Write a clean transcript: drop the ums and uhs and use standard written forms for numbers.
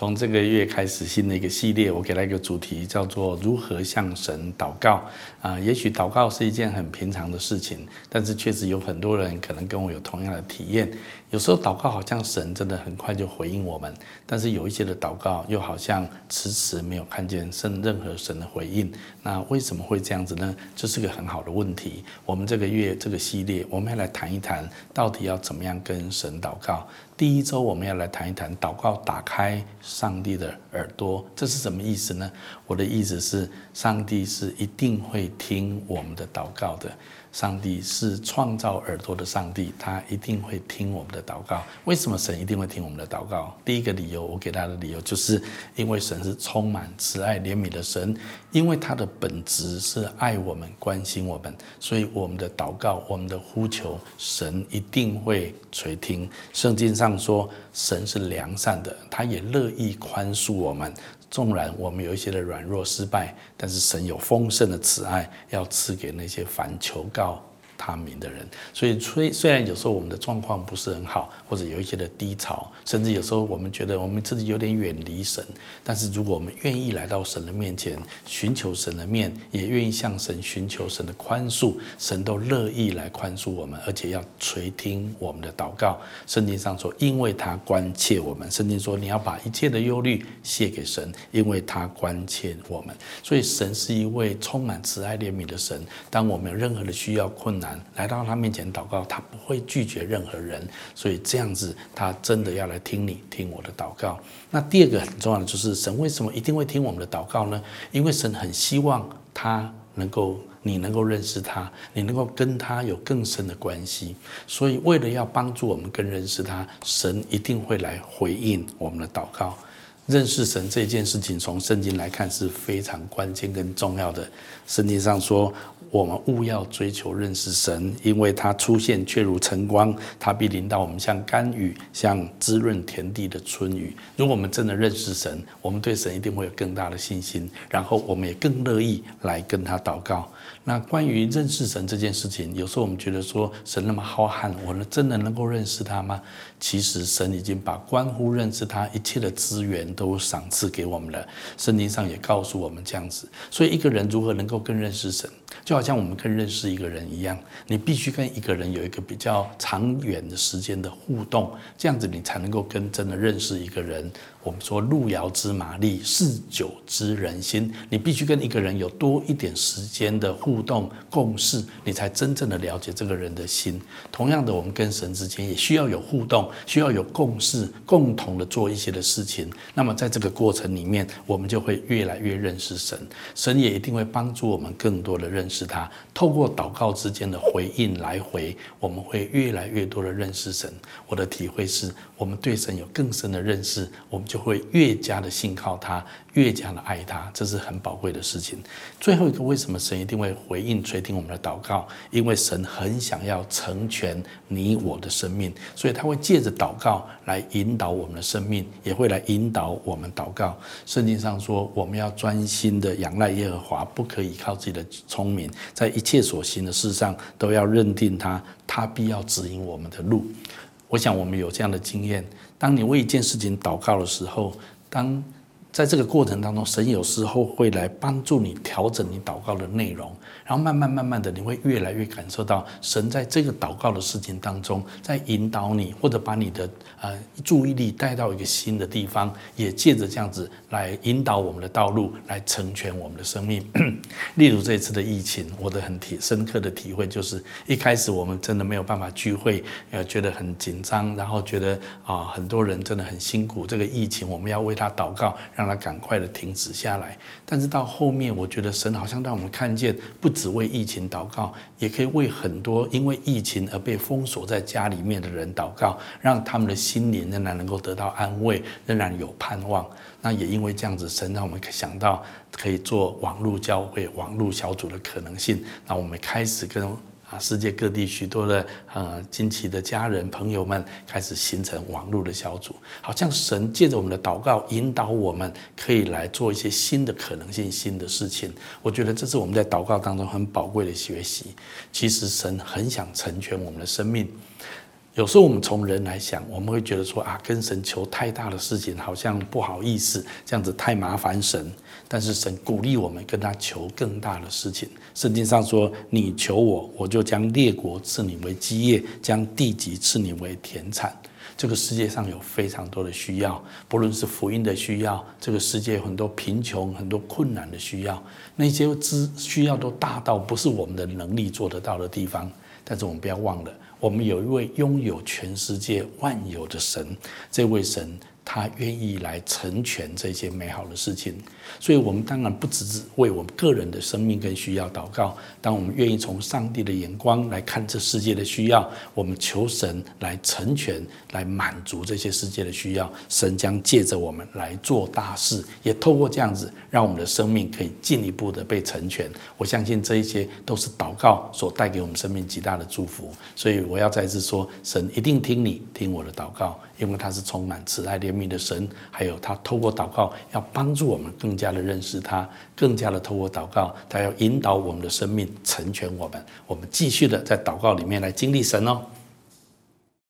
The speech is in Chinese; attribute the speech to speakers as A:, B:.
A: 从这个月开始新的一个系列，我给它一个主题叫做如何向神祷告也许祷告是一件很平常的事情，但是确实有很多人可能跟我有同样的体验。有时候祷告好像神真的很快就回应我们，但是有一些的祷告又好像迟迟没有看见任何神的回应。那为什么会这样子呢？这是个很好的问题。我们这个月这个系列，我们要来谈一谈到底要怎么样跟神祷告。第一周我们要来谈一谈祷告打开上帝的耳朵，这是什么意思呢？我的意思是，上帝是一定会听我们的祷告的。上帝是创造耳朵的上帝，他一定会听我们的祷告。为什么神一定会听我们的祷告？第一个理由，我给他的理由就是因为神是充满慈爱怜悯的神，因为他的本质是爱我们关心我们，所以我们的祷告我们的呼求神一定会垂听。圣经上说神是良善的，他也乐意宽恕我们，纵然我们有一些的软弱失败，但是神有丰盛的慈爱要赐给那些凡求告他名的人。所以虽然有时候我们的状况不是很好，或者有一些的低潮，甚至有时候我们觉得我们自己有点远离神，但是如果我们愿意来到神的面前，寻求神的面，也愿意向神寻求神的宽恕，神都乐意来宽恕我们，而且要垂听我们的祷告。圣经上说因为他关切我们，圣经说你要把一切的忧虑卸给神，因为他关切我们。所以神是一位充满慈爱怜悯的神，当我们有任何的需要困难来到他面前祷告，他不会拒绝任何人，所以这样子他真的要来听你听我的祷告。那第二个很重要的就是神为什么一定会听我们的祷告呢？因为神很希望你能够认识他，你能够跟他有更深的关系，所以为了要帮助我们更认识他，神一定会来回应我们的祷告。认识神这件事情，从圣经来看是非常关键跟重要的。圣经上说我们务要追求认识神，因为他出现却如晨光，他必临到我们像甘雨，像滋润田地的春雨。如果我们真的认识神，我们对神一定会有更大的信心，然后我们也更乐意来跟他祷告。那关于认识神这件事情，有时候我们觉得说神那么浩瀚，我真的能够认识他吗？其实神已经把关乎认识他一切的资源都赏赐给我们了，圣经上也告诉我们这样子。所以一个人如何能够更认识神，就好像我们更认识一个人一样，你必须跟一个人有一个比较长远的时间的互动，这样子你才能够跟真的认识一个人。我们说路遥知马力，日久知人心，你必须跟一个人有多一点时间的互动共事，你才真正的了解这个人的心。同样的，我们跟神之间也需要有互动，需要有共事，共同的做一些的事情。那么在这个过程里面，我们就会越来越认识神，神也一定会帮助我们更多的认识他。透过祷告之间的回应来回，我们会越来越多的认识神。我的体会是，我们对神有更深的认识，我们就会越加的信靠他，越加的爱他，这是很宝贵的事情。最后一个，为什么神一定会回应垂听我们的祷告？因为神很想要成全你我的生命，所以他会借着祷告来引导我们的生命，也会来引导我们祷告。圣经上说我们要专心的仰赖耶和华，不可以依靠自己的聪明，在一切所行的事上都要认定他，他必要指引我们的路。我想我们有这样的经验，当你为一件事情祷告的时候，在这个过程当中，神有时候会来帮助你调整你祷告的内容，然后慢慢的，你会越来越感受到神在这个祷告的事情当中，在引导你，或者把你的注意力带到一个新的地方，也借着这样子来引导我们的道路，来成全我们的生命。例如这次的疫情，我的很深刻的体会就是，一开始我们真的没有办法聚会，觉得很紧张，然后觉得很多人真的很辛苦，这个疫情我们要为他祷告，让他赶快的停止下来。但是到后面，我觉得神好像让我们看见，不只为疫情祷告，也可以为很多因为疫情而被封锁在家里面的人祷告，让他们的心灵仍然能够得到安慰，仍然有盼望。那也因为这样子，神让我们想到可以做网络教会、网络小组的可能性。那我们开始跟世界各地许多的惊奇的家人朋友们开始形成网络的小组，好像神借着我们的祷告引导我们，可以来做一些新的可能性、新的事情。我觉得这是我们在祷告当中很宝贵的学习。其实神很想成全我们的生命。 有时候我们从人来想，我们会觉得说啊，跟神求太大的事情好像不好意思，这样子太麻烦神。但是神鼓励我们跟他求更大的事情。圣经上说：“你求我，我就将列国赐你为基业，将地级赐你为田产。”这个世界上有非常多的需要，不论是福音的需要，这个世界有很多贫穷、很多困难的需要，那些需要都大到不是我们的能力做得到的地方。但是我们不要忘了，我们有一位拥有全世界万有的神，这位神他愿意来成全这些美好的事情。所以我们当然不只是为我们个人的生命跟需要祷告，当我们愿意从上帝的眼光来看这世界的需要，我们求神来成全，来满足这些世界的需要，神将借着我们来做大事，也透过这样子让我们的生命可以进一步的被成全。我相信这一些都是祷告所带给我们生命极大的祝福。所以我要再次说，神一定听你听我的祷告，因为他是充满慈爱怜悯的神，还有他透过祷告要帮助我们更加的认识他，更加的透过祷告，他要引导我们的生命，成全我们。我们继续的在祷告里面来经历神哦。